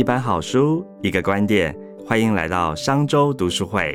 一本好书，一个观点，欢迎来到商周读书会。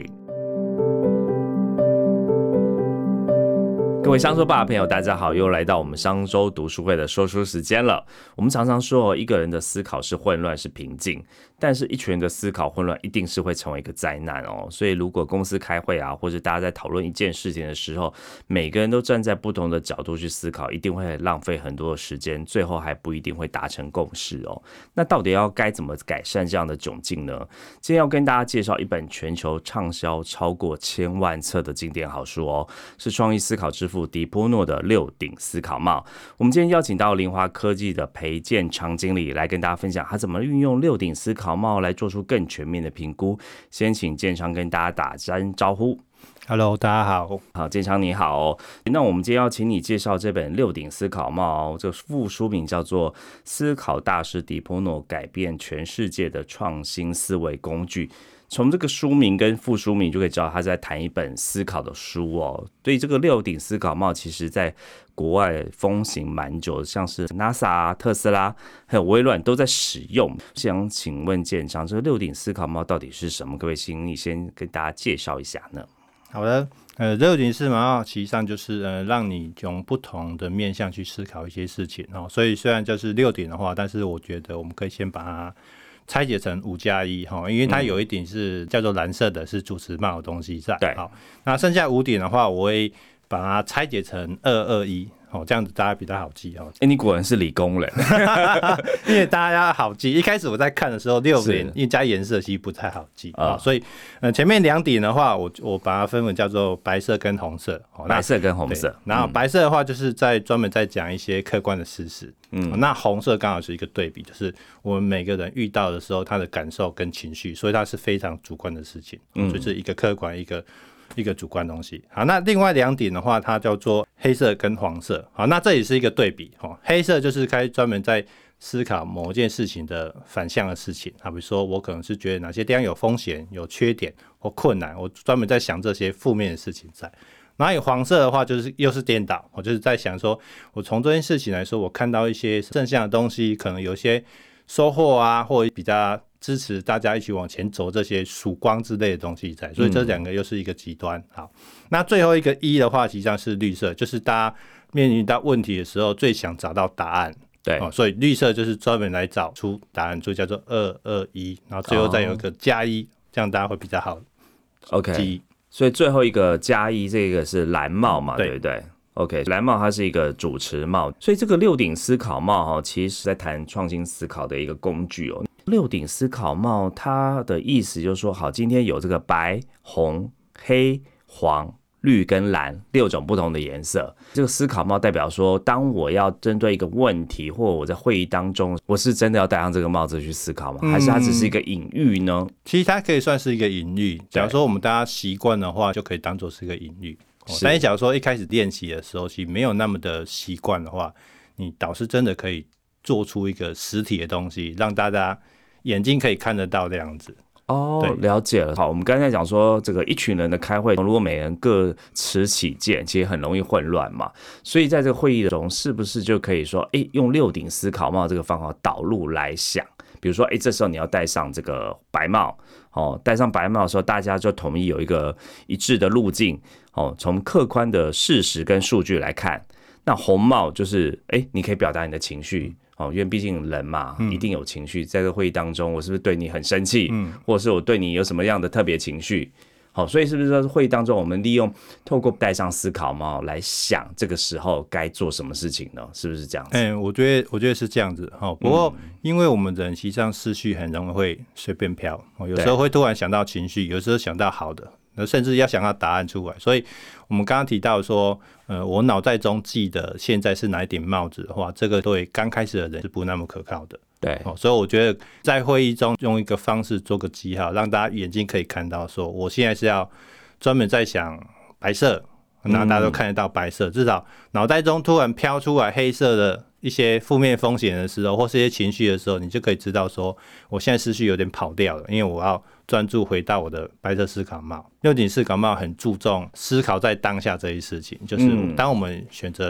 各位商周吧的朋友，大家好，又来到我们商周读书会的说书时间了。我们常常说，一个人的思考是混乱，是平静，但是一群人的思考混乱，一定是会成为一个灾难哦。所以，如果公司开会啊，或者大家在讨论一件事情的时候，每个人都站在不同的角度去思考，一定会浪费很多的时间，最后还不一定会达成共识哦。那到底该怎么改善这样的窘境呢？今天要跟大家介绍一本全球畅销超过1000万册的经典好书哦，是创意思考之父迪波诺的6顶思考帽。我们今天邀请到凌华科技的裴建昌经理来跟大家分享他怎么运用6顶思考帽来做出更全面的评估。先请建昌跟大家打声招呼。 Hello， 大家好。 好，建昌你好哦。那我们今天要请你介绍这本6顶思考帽哦，这副书名叫做《思考大师迪波诺改变全世界的创新思维工具》。从这个书名跟副书名就可以知道他在谈一本思考的书哦。对于这个6顶思考帽，其实在国外风行蛮久的，像是 NASA、特斯拉还有微软都在使用。想请问建昌，这个6顶思考帽到底是什么？可不可以请你先跟大家介绍一下呢？ 好的，6顶思考帽其实上就是让你用不同的面向去思考一些事情哦。所以虽然就是6顶的话，但是我觉得我们可以先把它拆解成5+1，因为它有一顶是叫做蓝色的，是主持帽的东西在。 对， 好，那剩下5顶的话，我会把它拆解成221。这样子大家比较好记哦。 你果然是理工人， 因为大家好记。一开始我在看的时候，6顶因为加颜色其实不太好记所以前面2顶的话，我把它分为叫做白色跟红色。 白色跟红色， 然后白色的话就是专门在讲一些客观的事实。那红色刚好是一个对比，就是我们每个人遇到的时候，他的感受跟情绪，所以它是非常主观的事情，就是一个客观一个主观东西。好，那另外2顶的话，它叫做黑色跟黄色。好，那这也是一个对比。黑色就是专门在思考某件事情的反向的事情。比如说我可能是觉得哪些地方有风险、有缺点或困难，我专门在想这些负面的事情在。然后有黄色的话，就是又是颠倒，我就是在想说，我从这件事情来说，我看到一些正向的东西，可能有一些收获啊，或者比较支持大家一起往前走这些曙光之类的东西在，所以这2个又是一个极端。好，那最后一个1的话，实际上是绿色，就是大家面临到问题的时候最想找到答案。 对， 所以绿色就是专门来找出答案，所以叫做221，然后最后再有一个+1，这样大家会比较好记忆。 OK， 所以最后一个+1这个是蓝帽嘛，对不对？OK， 蓝帽它是一个主持帽，所以这个6顶思考帽其实在谈创新思考的一个工具哦。6顶思考帽它的意思就是说，好，今天有这个白、红、黑、黄、绿跟蓝6种不同的颜色。这个思考帽代表说，当我要针对一个问题，或我在会议当中，我是真的要戴上这个帽子去思考吗？还是它只是一个隐喻呢？ 其实它可以算是一个隐喻。假如说我们大家习惯的话，就可以当做是一个隐喻。但是假如说一开始练习的时候，其实没有那么的习惯的话，你导师真的可以做出一个实体的东西，让大家眼睛可以看得到的样子。 了解了。好，我们刚才讲说，这个一群人的开会，如果每人各持己见，其实很容易混乱嘛。所以在这个会议中，是不是就可以说，用6顶思考帽这个方法导入来想？比如说，这时候你要戴上这个白帽，戴上白帽的时候，大家就统一有一个一致的路径，从客观的事实跟数据来看。那红帽就是，你可以表达你的情绪。因为毕竟人嘛，一定有情绪。在这个会议当中，我是不是对你很生气，或者是我对你有什么样的特别情绪？所以是不是说会议当中，我们透过戴上思考帽来想这个时候该做什么事情呢？是不是这样子？ 我觉得是这样子。不过因为我们人实际上思绪很容易会随便飘，有时候会突然想到情绪，有时候想到好的，甚至要想到答案出来。所以我们刚刚提到说，我脑袋中记得现在是哪一顶帽子的话，这个对刚开始的人是不那么可靠的。 对， 所以我觉得在会议中用一个方式做个记号，让大家眼睛可以看到说，我现在是要专门在想白色，然后大家都看得到白色，至少脑袋中突然飘出来黑色的一些负面风险的时候，或是一些情绪的时候，你就可以知道说，我现在思绪有点跑掉了，因为我要专注回到我的白色思考帽。6顶思考帽很注重思考在当下这一事情，就是当我们选择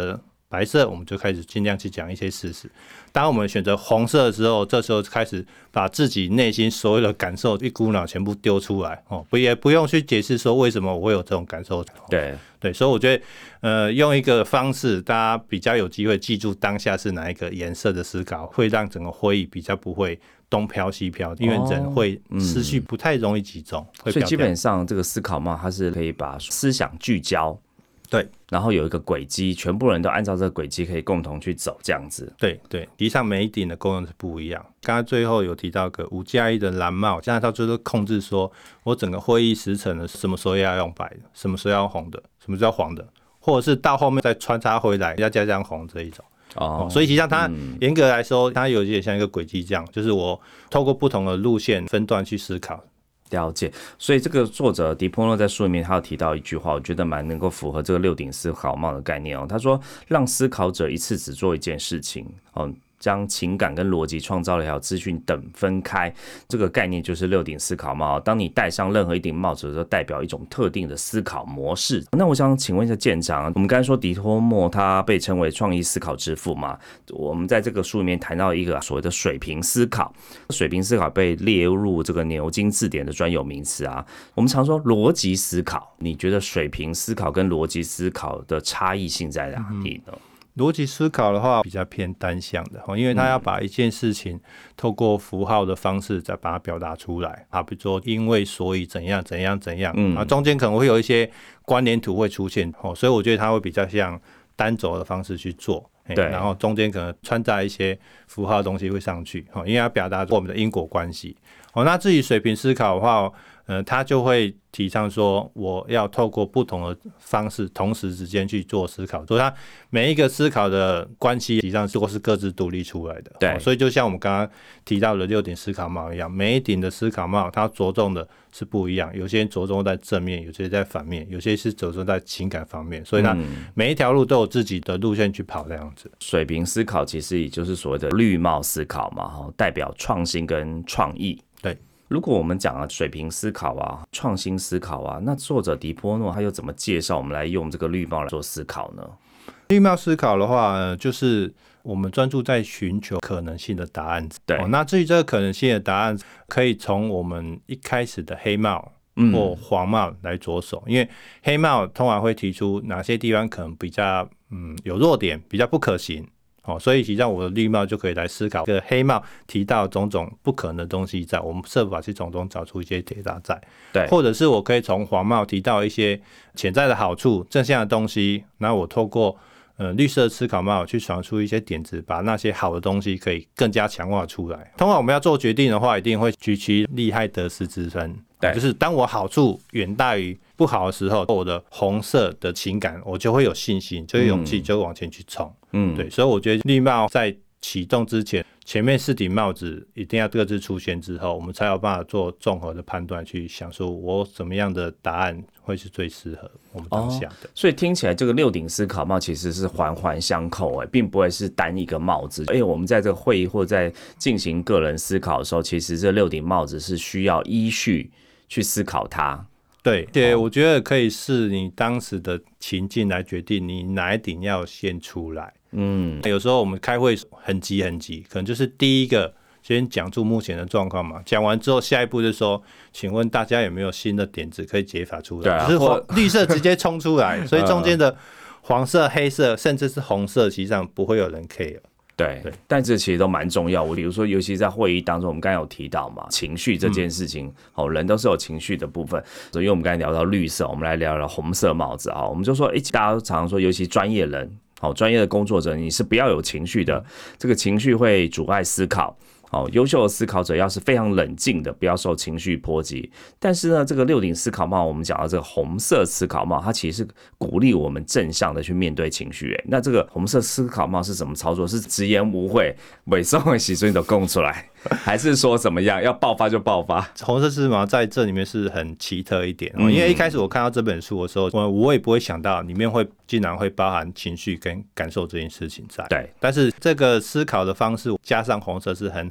白色我们就开始尽量去讲一些事实。当我们选择红色的时候，这时候开始把自己内心所有的感受一股脑全部丢出来，也不用去解释说为什么我会有这种感受。对，所以我觉得用一个方式，大家比较有机会记住当下是哪一个颜色的思考，会让整个会议比较不会东飘西飘，因为人会思绪不太容易集中， 所以基本上这个思考帽它是可以把思想聚焦， 对， 然后有一个轨迹，全部人都按照这个轨迹可以共同去走，这样子。 对，实际上每一顶的功能是不一样。刚刚最后有提到个5+1的蓝帽，现在到最后控制说我整个会议时程的什么时候要用白的，什么时候要用红的，什么时候要黄的，或者是到后面再穿插回来要加上红这一种。所以实际上它严格来说，它有点像一个轨迹这样，就是我透过不同的路线分段去思考。 了解，所以这个作者迪波诺在书里面他有提到一句话，我觉得蛮能够符合这个6顶思考帽的概念哦。他说，让思考者一次只做一件事情哦。将情感跟逻辑、创造力还有资讯等分开，这个概念就是6顶思考帽。当你戴上任何一顶帽子的时候，代表一种特定的思考模式。那我想请问一下舰长，我们刚才说迪波诺他被称为创意思考之父嘛？我们在这个书里面谈到一个所谓的水平思考，水平思考被列入这个牛津字典的专有名词啊。我们常说逻辑思考，你觉得水平思考跟逻辑思考的差异性在哪里呢？ 逻辑思考的话比较偏单向的，因为他要把一件事情透过符号的方式再把它表达出来，比如说因为所以怎样怎样怎样，中间可能会有一些关联图会出现，所以我觉得他会比较像单轴的方式去做，然后中间可能穿插一些符号的东西会上去，因为要表达我们的因果关系。那至于水平思考的话，他就会提倡说，我要透过不同的方式，同时之间去做思考，所以他每一个思考的关系，实际上都是各自独立出来的。 对， 所以就像我们刚刚提到的6顶思考帽一样，每一顶的思考帽，它着重的是不一样，有些着重在正面，有些在反面，有些是着重在情感方面，所以它每一条路都有自己的路线去跑这样子。 水平思考其实也就是所谓的绿帽思考嘛，代表创新跟创意。 对。 如果我们讲水平思考啊、创新思考啊，那作者迪波诺他又怎么介绍我们来用这个绿帽来做思考呢？ 绿帽思考的话，就是我们专注在寻求可能性的答案。 对， 那至于这个可能性的答案，可以从我们一开始的黑帽或黄帽来着手，因为黑帽通常会提出哪些地方可能比较有弱点，比较不可行。所以实际上我的绿帽就可以来思考，这个黑帽提到种种不可能的东西在，我们设法去从中找出一些解答在。 对， 或者是我可以从黄帽提到一些潜在的好处、正向的东西，然后我透过绿色思考帽去想出一些点子，把那些好的东西可以更加强化出来。通常我们要做决定的话，一定会举其利害得失之分。对，就是当我好处远大于不好的时候，我的红色的情感我就会有信心，就有勇气，就会往前去冲。对，所以我觉得绿帽在启动之前，前面4顶帽子一定要各自出现之后，我们才有办法做综合的判断，去想说我怎么样的答案会是最适合我们当下的。 所以听起来这个6顶思考帽其实是环环相扣，并不会是单一个帽子。我们在这个会议或在进行个人思考的时候，其实这6顶帽子是需要依序去思考它。 对，我觉得可以是你当时的情境来决定你哪一顶要先出来。有时候我们开会很急，可能就是第一个先讲出目前的状况嘛，讲完之后下一步就说，请问大家有没有新的点子可以解法出来？就是绿色直接冲出来，所以中间的黄色、黑色甚至是红色，实际上不会有人 care。 对，但这其实都蛮重要。比如说，尤其在会议当中，我们刚才有提到嘛，情绪这件事情，人都是有情绪的部分。所以我们刚才聊到绿色，我们来聊聊红色帽子啊。我们就说，大家都常常说，尤其专业人，专业的工作者，你是不要有情绪的，这个情绪会阻碍思考。优秀的思考者要是非常冷静的，不要受情绪波及。但是呢，这个6顶思考帽，我们讲到这个红色思考帽，它其实是鼓励我们正向的去面对情绪。那这个红色思考帽是怎么操作？是直言无讳，每送的时候你都供出来，还是说怎么样？要爆发就爆发？ 红色思考帽在这里面是很奇特一点，因为一开始我看到这本书的时候，我也不会想到里面竟然会包含情绪跟感受这件事情在。 对， 但是这个思考的方式加上红色是很好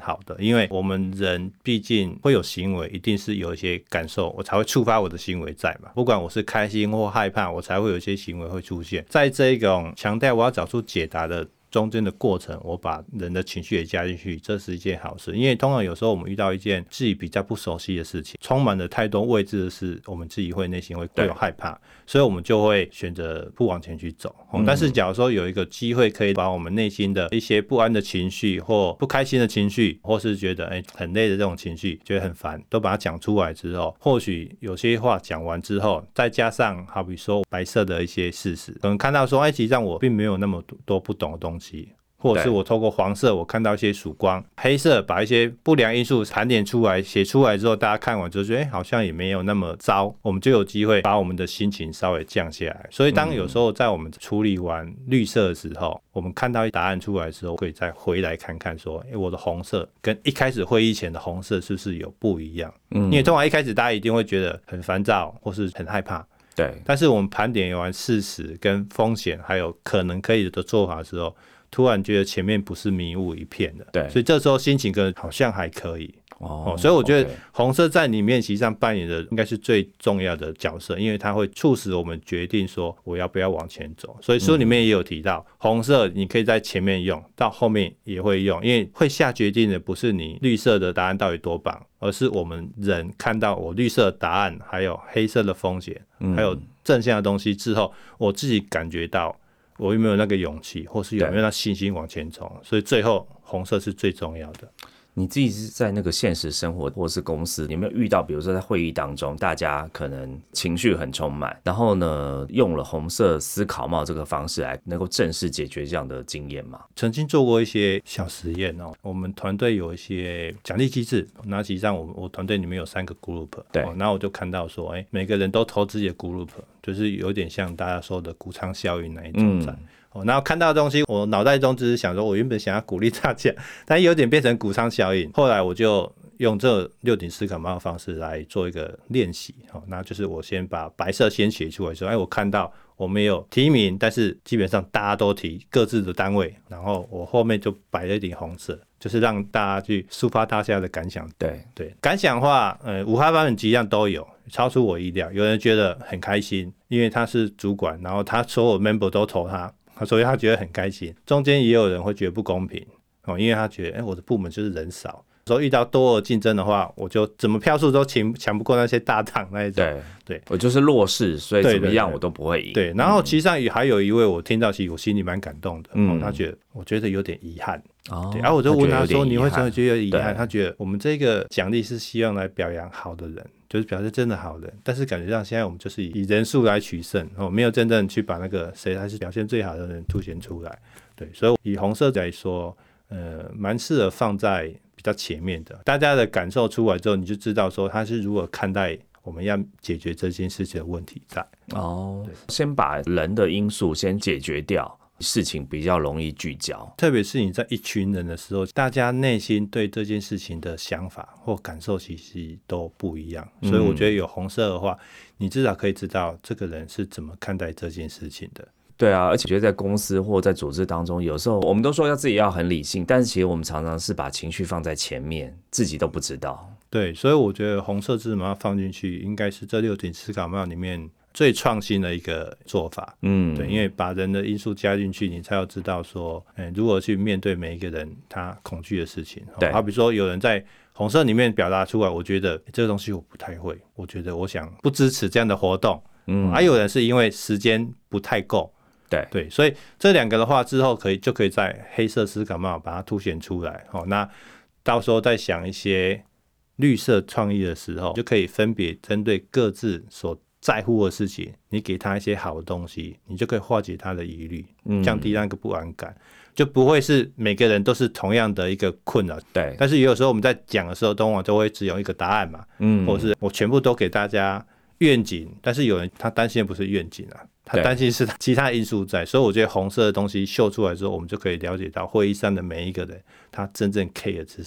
好的，因为我们人毕竟会有行为，一定是有一些感受，我才会触发我的行为在嘛。不管我是开心或害怕，我才会有一些行为会出现。在这种强调我要找出解答的中间的过程，我把人的情绪也加进去，这是一件好事。因为通常有时候我们遇到一件自己比较不熟悉的事情，充满了太多未知的事，我们自己会内心会有害怕，所以我们就会选择不往前去走。但是假如说有一个机会可以把我们内心的一些不安的情绪或不开心的情绪，或是觉得很累的这种情绪，觉得很烦，都把它讲出来之后，或许有些话讲完之后，再加上好比说白色的一些事实，可能看到说其实让我并没有那么多不懂的东西，或者是我透过黄色我看到一些曙光，黑色把一些不良因素盘点出来写出来之后，大家看完之后觉得好像也没有那么糟，我们就有机会把我们的心情稍微降下来。所以当有时候在我们处理完绿色的时候，我们看到答案出来的时候，可以再回来看看说我的红色跟一开始会议前的红色是不是有不一样。因为通常一开始大家一定会觉得很烦躁或是很害怕， 对， 但是我们盘点完事实跟风险还有可能可以的做法的时候，突然觉得前面不是迷雾一片的，对，所以这时候心情可能好像还可以。所以我觉得红色在你练习上扮演的应该是最重要的角色，因为它会促使我们决定说我要不要往前走。所以书里面也有提到，红色你可以在前面用，到后面也会用，因为会下决定的不是你绿色的答案到底多棒，而是我们人看到我绿色的答案，还有黑色的风险，还有正向的东西之后，我自己感觉到我有没有那个勇气，或是有没有那信心往前冲。所以最后红色是最重要的。 你自己是在那个现实生活或是公司，有没有遇到比如说在会议当中大家可能情绪很充满，然后呢用了红色思考帽这个方式来能够正式解决这样的经验吗？ 曾经做过一些小实验我们团队有一些奖励机制，那实际上我团队里面有3个 group， 对，然后我就看到说每个人都投自己的 group， 就是有点像大家说的谷仓效应那一种在。然后看到的东西，我脑袋中只是想说，我原本想要鼓励大家，但有点变成谷仓效应。后来我就用这6顶思考帽的方式来做一个练习。那就是我先把白色先写出来说，我看到我没有提名，但是基本上大家都提各自的单位，然后我后面就摆了一顶红色，就是让大家去抒发大家的感想。对，感想的话，五花八门几样都有，超出我意料。有人觉得很开心，因为他是主管，然后他所有 member 都投他，所以他觉得很开心。中间也有人会觉得不公平，因为他觉得我的部门就是人少，所以遇到多额竞争的话，我就怎么票数都抢不过那些大党那一种。对， 我就是弱势，所以怎么样我都不会赢。 对，然后其实上还有一位我听到，其实我心里蛮感动的。他觉得我觉得有点遗憾。对，然后我就问他说：“你为什么觉得遗憾？”他觉得我们这个奖励是希望来表扬好的人，就是表示真的好人，但是感觉上现在我们就是以人数来取胜，没有真正去把那个谁才是表现最好的人凸显出来。对，所以以红色来说，蛮适合放在比较前面的，大家的感受出来之后，你就知道说他是如何看待我们要解决这件事情的问题在。 先把人的因素先解决掉，事情比较容易聚焦。 特别是你在一群人的时候，大家内心对这件事情的想法或感受其实都不一样，所以我觉得有红色的话，你至少可以知道这个人是怎么看待这件事情的。 对啊，而且觉得在公司或在组织当中，有时候我们都说自己要很理性，但是其实我们常常是把情绪放在前面，自己都不知道。 对，所以我觉得红色字母要放进去，应该是这6顶思考帽里面最创新的一个做法。对，因为把人的因素加进去，你才要知道说，如何去面对每一个人他恐惧的事情。对，好比说有人在红色里面表达出来，我觉得这个东西我不太会，我觉得我想不支持这样的活动。还有人是因为时间不太够。对，所以这2个的话之后就可以在黑色思考帽把它凸显出来。那到时候再想一些绿色创意的时候，就可以分别针对各自所在乎的事情，你给他一些好的东西，你就可以化解他的疑虑，降低那个不安感，就不会是每个人都是同样的一个困扰。对，但是也有时候我们在讲的时候，往往都会只有一个答案嘛，或者是我全部都给大家愿景，但是有人他担心的不是愿景啊，他担心是其他因素在，所以我觉得红色的东西秀出来之后，我们就可以了解到会议上的每一个人他真正 care 的是什么。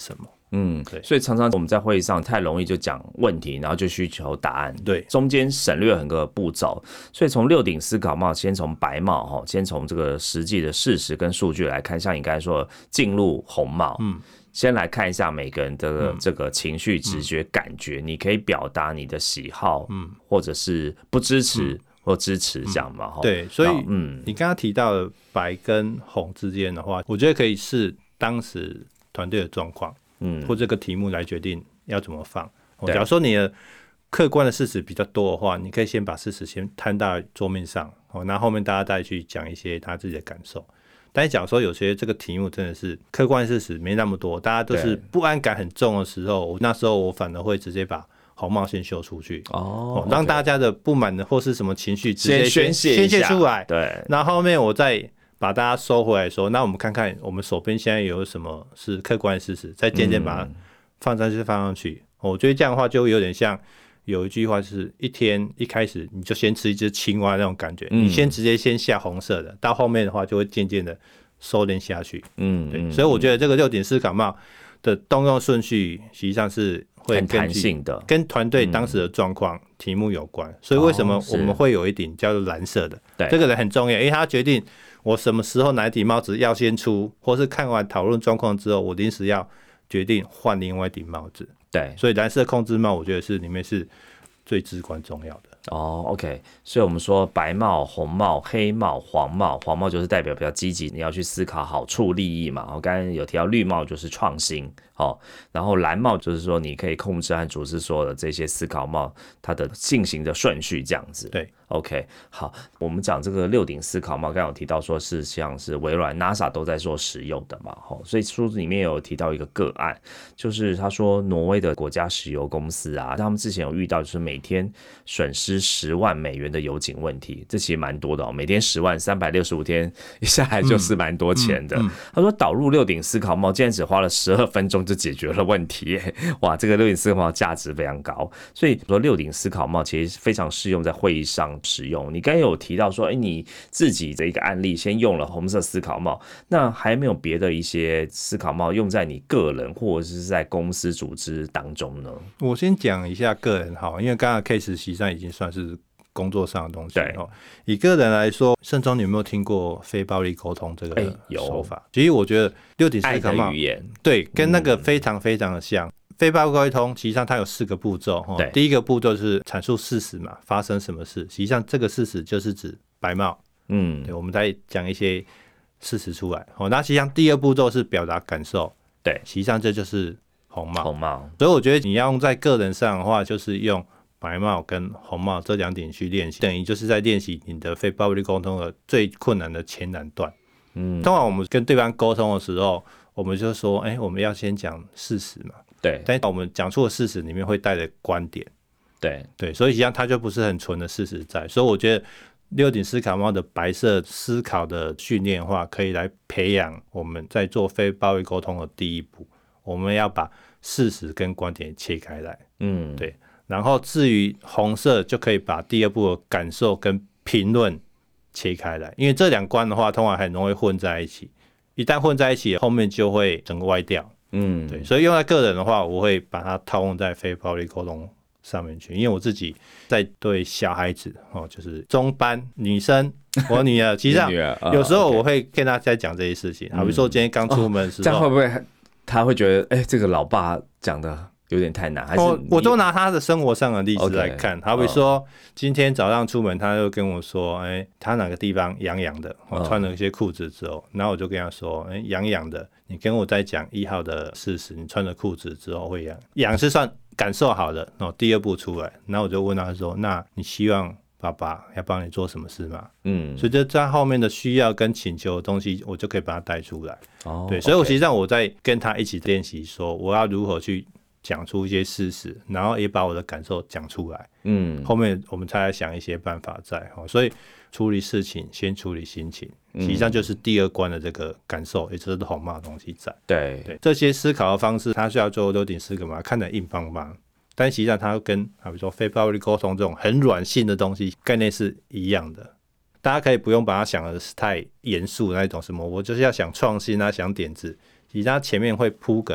对， 所以常常我们在会议上太容易就讲问题，然后就需求答案， 对， 中间省略很多个步骤。所以从6顶思考帽，先从白帽，先从这个实际的事实跟数据来看，像你刚才说进入红帽，先来看一下每个人的这个情绪、直觉、感觉，你可以表达你的喜好，或者是不支持或支持这样嘛， 对，所以你刚刚提到的白跟红之间的话，我觉得可以视当时团队的状况，或这个题目来决定要怎么放。假如说你的客观的事实比较多的话，你可以先把事实先摊到桌面上，然后后面大家再去讲一些他自己的感受。但是假如说有些这个题目真的是客观事实没那么多，大家都是不安感很重的时候，那时候我反而会直接把红帽先秀出去，让大家的不满的或是什么情绪直接宣泄出来， 对， 然后后面我再把大家收回来说，那我们看看我们手边现在有什么是客观的事实，再渐渐把它放上去。我觉得这样的话就有点像有一句话是一天一开始你就先吃一只青蛙那种感觉，你先直接先下红色的，到后面的话就会渐渐的收敛下去。对，所以我觉得这个6顶思考帽的动用顺序实际上是会很弹性的， 跟团队当时的状况、题目有关。所以为什么我们会有一顶叫做蓝色的？这个人很重要，因为他决定我什么时候哪一顶帽子要先出，或是看完讨论状况之后，我临时要决定换另外一顶帽子。 对， 所以蓝色控制帽，我觉得是里面是最至关重要的。 OK， 所以我们说白帽、红帽、黑帽、黄帽，黄帽就是代表比较积极，你要去思考好处利益嘛。我刚才有提到绿帽就是创新，然后蓝帽就是说你可以控制和组织所有的这些思考帽它的进行的顺序这样子。 对。 OK， 好，我们讲这个6顶思考帽，刚刚有提到说是像是微软、NASA 都在做使用的嘛，所以书里面有提到一个个案，就是他说挪威的国家石油公司啊，他们之前有遇到就是每天损失10万美元的油井问题，这其实蛮多的每天10万，365天一下来就是蛮多钱的。他说导入6顶思考帽，竟然只花了12分钟就解决了问题，哇，这个6顶思考帽价值非常高，所以说6顶思考帽其实非常适用在会议上使用。你刚才有提到说，你自己的一个案例先用了红色思考帽，那还没有别的一些思考帽用在你个人或者是在公司组织当中呢？ 我先讲一下个人好，因为刚刚 case 实际上已经算是工作上的东西。 对， 以个人来说，盛忠，你有没有听过非暴力沟通这个手法？其实我觉得6顶思考帽爱的语言， 对，跟那个非常非常的像。非暴力沟通，实际上它有4个步骤。第一个步骤是阐述事实嘛，发生什么事。实际上这个事实就是指白帽。对，我们再讲一些事实出来。那实际上第二步骤是表达感受。 对， 实际上这就是红帽。 红帽。 所以我觉得你要用在个人上的话，就是用白帽跟红帽这2顶去练习，等于就是在练习你的非暴力沟通的最困难的前2段。通常我们跟对方沟通的时候，我们就说，我们要先讲事实嘛。 对， 但我们讲出的事实里面会带着观点，对，所以实际上它就不是很纯的事实在。所以我觉得6顶思考帽的白色思考的训练的话，可以来培养我们在做非暴力沟通的第一步。我们要把事实跟观点切开来，对。然后至于红色，就可以把第二步的感受跟评论切开来，因为这2关的话，通常很容易混在一起。一旦混在一起，后面就会整个歪掉。对，所以用在个人的话，我会把它套用在非暴力沟通上面去，因为我自己在对小孩子就是中班女生，我女儿，其实上有时候我会跟她在讲这些事情，好比说今天刚出门的时候， 这样会不会她会觉得，这个老爸讲的有点太难？还是我都拿他的生活上的例子来看，好比说今天早上出门，他就跟我说，他哪个地方痒痒的，我穿了一些裤子之后，然后我就跟他说，痒痒的，你跟我再讲1号的事实，你穿了裤子之后会痒，痒是算感受好的，第二步出来，然后我就问他说，那你希望爸爸要帮你做什么事吗？所以这在后面的需要跟请求的东西，我就可以把它带出来。对，所以我实际上我在跟他一起练习，说我要如何去讲出一些事实，然后也把我的感受讲出来。后面我们才来想一些办法在。所以处理事情先处理心情，实际上就是第2关的这个感受，也就是红帽的东西在。 对， 这些思考的方式，它是要做6顶思考嘛，看得硬邦邦，但实际上它跟比如说非暴力沟通这种很软性的东西概念是一样的。大家可以不用把它想的是太严肃的那种，什么我就是要想创新啊，想点子，其实它前面会铺梗，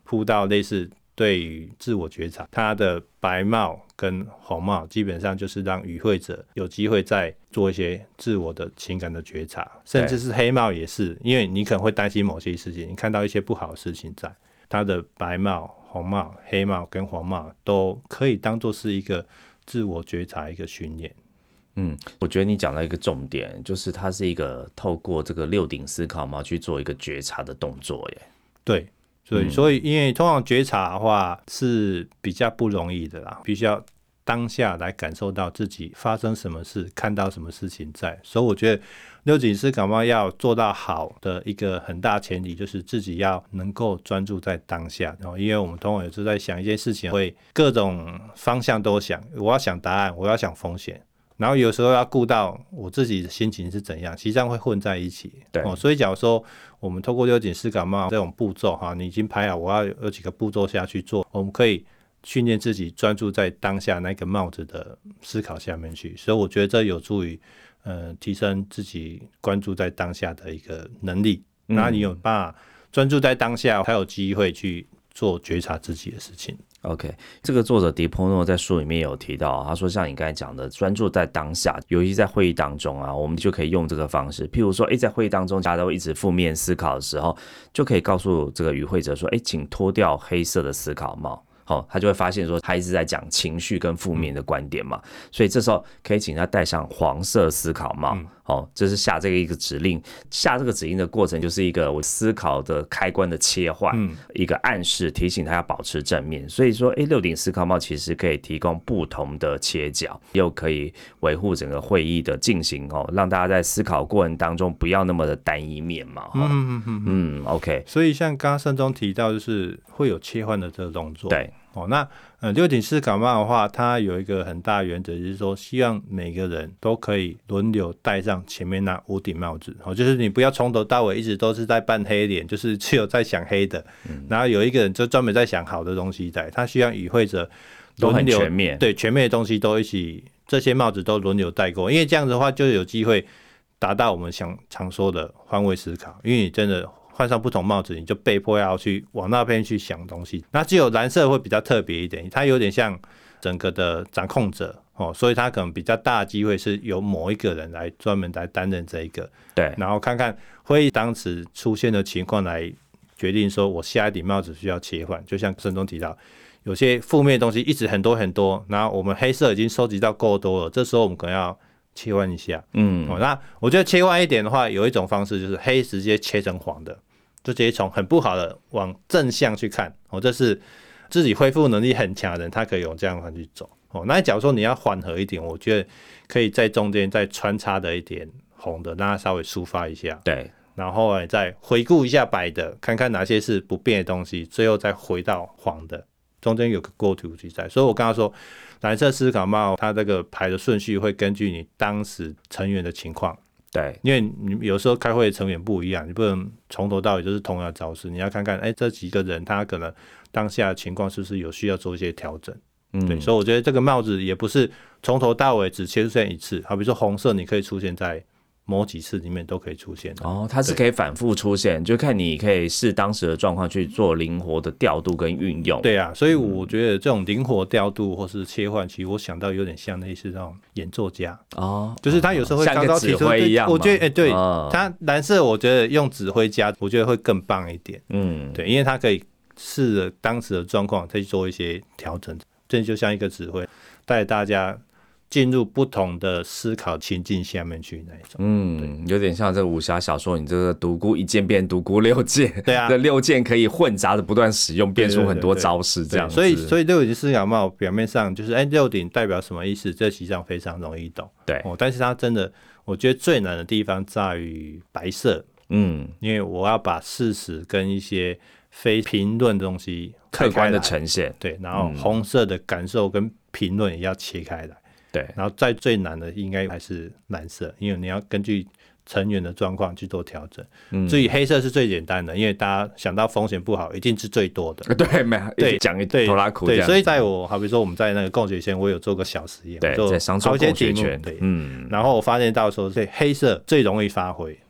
铺到类似对于自我觉察，它的白帽跟红帽基本上就是让与会者有机会再做一些自我的情感的觉察，甚至是黑帽也是，因为你可能会担心某些事情，你看到一些不好的事情在，它的白帽、红帽、黑帽跟黄帽都可以当作是一个自我觉察一个训练。 我觉得你讲到一个重点，就是它是一个透过这个6顶思考帽去做一个觉察的动作耶。 对，所以因为通常觉察的话是比较不容易的啦，必须要当下来感受到自己发生什么事，看到什么事情在，所以我觉得6顶思考帽要做到好的一个很大前提就是自己要能够专注在当下，然后因为我们通常有时候在想一件事情会各种方向都想，我要想答案，我要想风险，然后有时候要顾到我自己的心情是怎样，其实这样会混在一起。 对， 所以假如说我们透过6顶思考帽这种步骤你已经排好我要有几个步骤下去做，我们可以训练自己专注在当下那个帽子的思考下面去，所以我觉得这有助于提升自己关注在当下的一个能力，然后你有办法专注在当下，才有机会去做觉察自己的事情。 OK， 这个作者迪波诺在书里面有提到，他说像你刚才讲的，专注在当下，尤其在会议当中啊，我们就可以用这个方式。譬如说，在会议当中大家都一直负面思考的时候，就可以告诉这个与会者说，请脱掉黑色的思考帽。他就会发现说他一直在讲情绪跟负面的观点嘛，所以这时候可以请他戴上黄色思考帽。这是下这个一个指令，下这个指令的过程就是一个我思考的开关的切换，一个暗示提醒他要保持正面。所以说6顶思考帽其实可以提供不同的切角，又可以维护整个会议的进行，让大家在思考过程当中不要那么的单一面嘛。OK， 所以像刚刚盛中提到就是会有切换的这个动作。 对， 那6顶思考帽的话，它有一个很大的原则，就是说希望每个人都可以轮流戴上前面那5顶帽子，就是你不要从头到尾一直都是在扮黑脸，就是只有在想黑的，然后有一个人就专门在想好的东西在，他希望与会者轮流都很全面， 对，全面的东西都一起，这些帽子都轮流戴过，因为这样子的话就有机会达到我们常说的换位思考，因为你真的换上不同帽子，你就被迫要去往那边去想东西。那只有蓝色会比较特别一点，它有点像整个的掌控者，所以它可能比较大的机会是由某一个人来专门来担任这一个。 对， 然后看看会议当时出现的情况来决定说我下一顶帽子需要切换。就像盛中提到，有些负面的东西一直很多很多，然后我们黑色已经收集到够多了，这时候我们可能要切换一下。那我觉得切换一点的话，有一种方式就是黑直接切成黄的，就直接从很不好的往正向去看。这是自己恢复能力很强的人，他可以用这样的方式去走。那假如说你要缓和一点，我觉得可以在中间再穿插的一点红的，让它稍微抒发一下。 对， 然后再回顾一下白的，看看哪些是不变的东西，最后再回到黄的，中间有个 go to 在。所以我刚刚说蓝色思考帽它这个排的顺序会根据你当时成员的情况。 对， 因为你有时候开会的成员不一样，你不能从头到尾就是同样的招式，你要看看这几个人他可能当下的情况是不是有需要做一些调整。对，所以我觉得这个帽子也不是从头到尾只出现一次，好比说红色你可以出现在某几次里面都可以出现。 它是可以反复出现，就看你可以视当时的状况去做灵活的调度跟运用。 对啊，所以我觉得这种灵活调度或是切换，其实我想到有点像类似那种演奏家就是他有时候会刚刚提出， 像个指挥一样。 我觉得对，他蓝色我觉得用指挥家，我觉得会更棒一点。对，因为他可以试着当时的状况再去做一些调整，这就像一个指挥带大家进入不同的思考情境下面去那一种。 有点像这个武侠小说，你这个独孤一剑变独孤六剑， 对啊， 这6剑可以混杂的不断使用，变出很多招式这样子。 所以6顶思考帽表面上就是6顶代表什么意思，这实际上非常容易懂。 对， 但是它真的，我觉得最难的地方在于白色。因为我要把事实跟一些非评论的东西客观的呈现。 对，然后红色的感受跟评论也要切开来。 对， 然后在最难的应该还是蓝色，因为你要根据成员的状况去做调整。至于黑色是最简单的，因为大家想到风险不好，一定是最多的。 对，没有讲一拖拉苦这样。 对，所以在我好比说我们在那个共学前，我有做个小实验， 对，在商周共学圈。 对，然后我发现到说，黑色最容易发挥，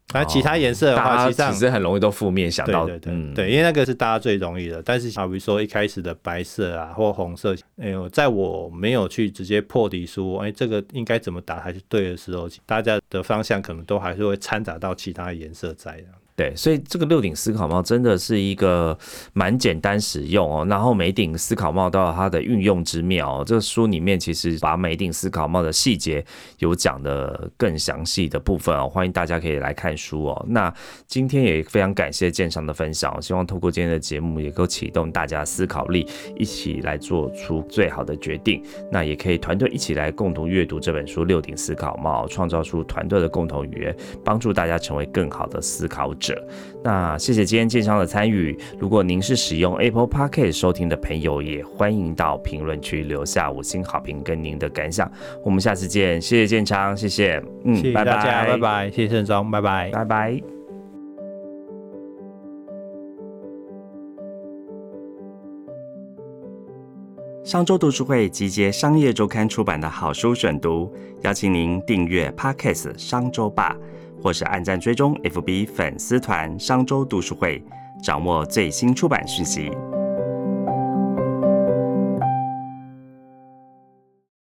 其他颜色的话， 其实很容易都负面想到。 对，因为那个是大家最容易的。但是好比说一开始的白色啊或红色，在我没有去直接破题说，这个应该怎么打才是对的时候，大家的方向可能都还是会掺杂到其他颜色在的。 对，所以这个6顶思考帽真的是一个蛮简单使用哦，然后每顶思考帽都有它的运用之妙哦。这个书里面其实把每顶思考帽的细节有讲的更详细的部分哦，欢迎大家可以来看书哦。那今天也非常感谢建昌的分享，希望透过今天的节目也够启动大家思考力，一起来做出最好的决定。那也可以团队一起来共同阅读这本书《6顶思考帽》，创造出团队的共同语言，帮助大家成为更好的思考者。那谢谢今天建昌的参与。如果您是使用 Apple Podcast 收听的朋友，也欢迎到评论区留下5星好评跟您的感想。我们下次见，谢谢建昌，谢谢， 谢谢大家，拜拜，谢谢盛忠，拜拜， 拜拜。商周读书会集结商业周刊出版的好书选读，邀请您订阅 Podcast 商周吧，或是按赞追踪 FB 粉丝团商周读书会，掌握最新出版讯息。